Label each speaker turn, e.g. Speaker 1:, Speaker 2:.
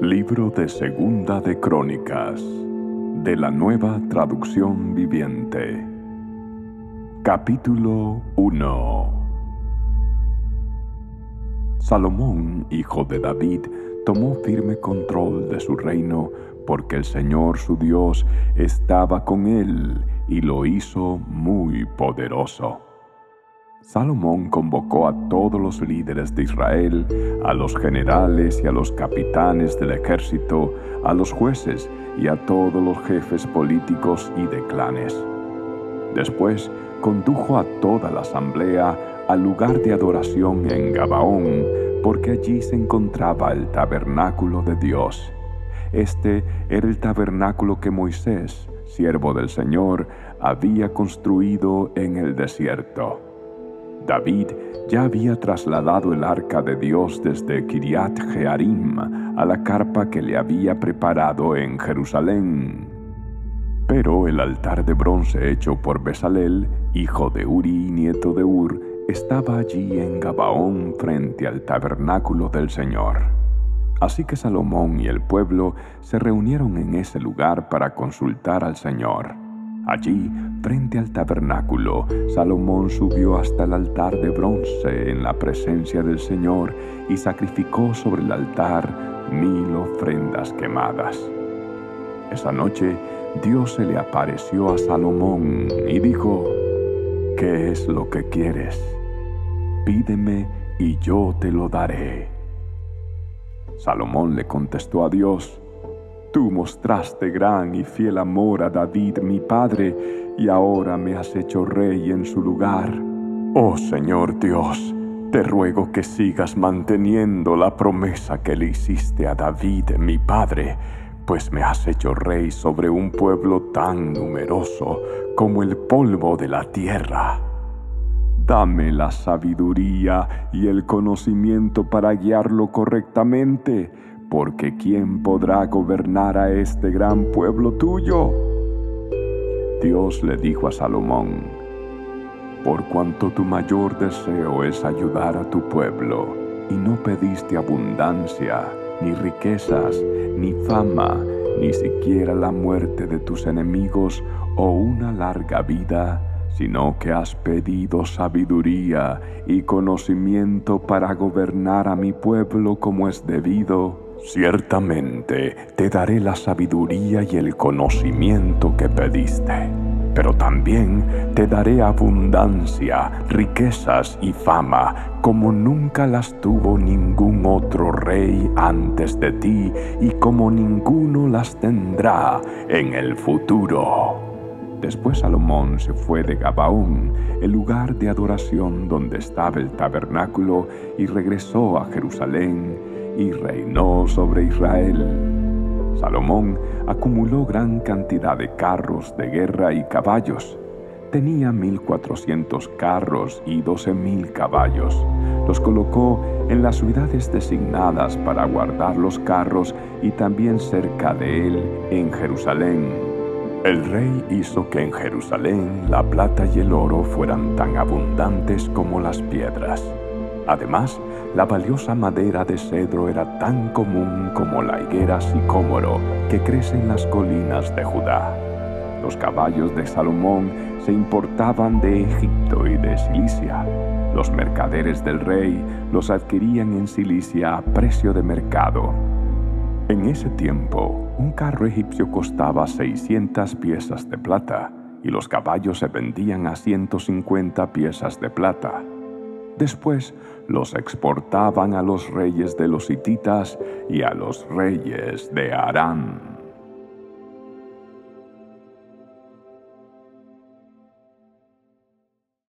Speaker 1: Libro de Segunda de Crónicas, de la Nueva Traducción Viviente. Capítulo 1. Salomón, hijo de David, tomó firme control de su reino, porque el Señor su Dios estaba con él y lo hizo muy poderoso. Salomón convocó a todos los líderes de Israel, a los generales y a los capitanes del ejército, a los jueces y a todos los jefes políticos y de clanes. Después condujo a toda la asamblea al lugar de adoración en Gabaón, porque allí se encontraba el tabernáculo de Dios. Este era el tabernáculo que Moisés, siervo del Señor, había construido en el desierto. David ya había trasladado el arca de Dios desde Kiriat Jearim a la carpa que le había preparado en Jerusalén. Pero el altar de bronce hecho por Bezalel, hijo de Uri, nieto de Ur, estaba allí en Gabaón frente al tabernáculo del Señor. Así que Salomón y el pueblo se reunieron en ese lugar para consultar al Señor. Allí, frente al tabernáculo, Salomón subió hasta el altar de bronce en la presencia del Señor y sacrificó sobre el altar 1000 ofrendas quemadas. Esa noche, Dios se le apareció a Salomón y dijo: «¿Qué es lo que quieres? Pídeme y yo te lo daré». Salomón le contestó a Dios: «Tú mostraste gran y fiel amor a David mi padre, y ahora me has hecho rey en su lugar. Oh Señor Dios, te ruego que sigas manteniendo la promesa que le hiciste a David mi padre, pues me has hecho rey sobre un pueblo tan numeroso como el polvo de la tierra. Dame la sabiduría y el conocimiento para guiarlo correctamente, porque ¿quién podrá gobernar a este gran pueblo tuyo?». Dios le dijo a Salomón: «Por cuanto tu mayor deseo es ayudar a tu pueblo, y no pediste abundancia, ni riquezas, ni fama, ni siquiera la muerte de tus enemigos o una larga vida, sino que has pedido sabiduría y conocimiento para gobernar a mi pueblo como es debido, ciertamente te daré la sabiduría y el conocimiento que pediste, pero también te daré abundancia, riquezas y fama, como nunca las tuvo ningún otro rey antes de ti y como ninguno las tendrá en el futuro». Después Salomón se fue de Gabaón, el lugar de adoración donde estaba el tabernáculo, y regresó a Jerusalén y reinó sobre Israel. Salomón acumuló gran cantidad de carros de guerra y caballos. Tenía 1400 carros y 12,000 caballos. Los colocó en las ciudades designadas para guardar los carros y también cerca de él en Jerusalén. El rey hizo que en Jerusalén la plata y el oro fueran tan abundantes como las piedras. Además, la valiosa madera de cedro era tan común como la higuera sicómoro que crece en las colinas de Judá. Los caballos de Salomón se importaban de Egipto y de Cilicia. Los mercaderes del rey los adquirían en Cilicia a precio de mercado. En ese tiempo, un carro egipcio costaba 600 piezas de plata, y los caballos se vendían a 150 piezas de plata. Después los exportaban a los reyes de los hititas y a los reyes de Aram.